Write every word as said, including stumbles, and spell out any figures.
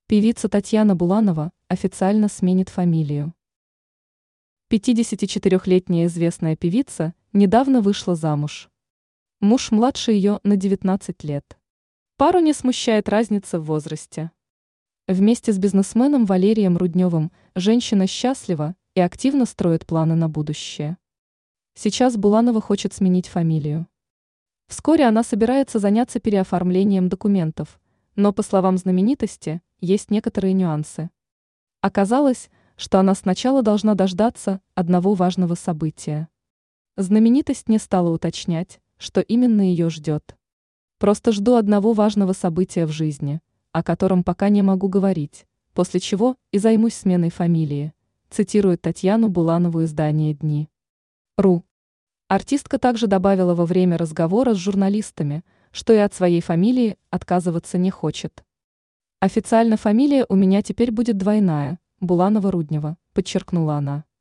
Певица Татьяна Буланова официально сменит фамилию. пятидесятичетырёхлетняя известная певица недавно вышла замуж. Муж младше ее на девятнадцать лет. Пару не смущает разница в возрасте. Вместе с бизнесменом Валерием Рудневым женщина счастлива и активно строит планы на будущее. Сейчас Буланова хочет сменить фамилию. Вскоре она собирается заняться переоформлением документов, но, по словам знаменитости, есть некоторые нюансы. Оказалось, что она сначала должна дождаться одного важного события. Знаменитость не стала уточнять, что именно ее ждет. «Просто жду одного важного события в жизни, о котором пока не могу говорить, после чего и займусь сменой фамилии», цитирует Татьяну Буланову издание «Дни точка ру». Артистка также добавила во время разговора с журналистами, что и от своей фамилии отказываться не хочет. «Официально фамилия у меня теперь будет двойная – Буланова-Руднева», подчеркнула она.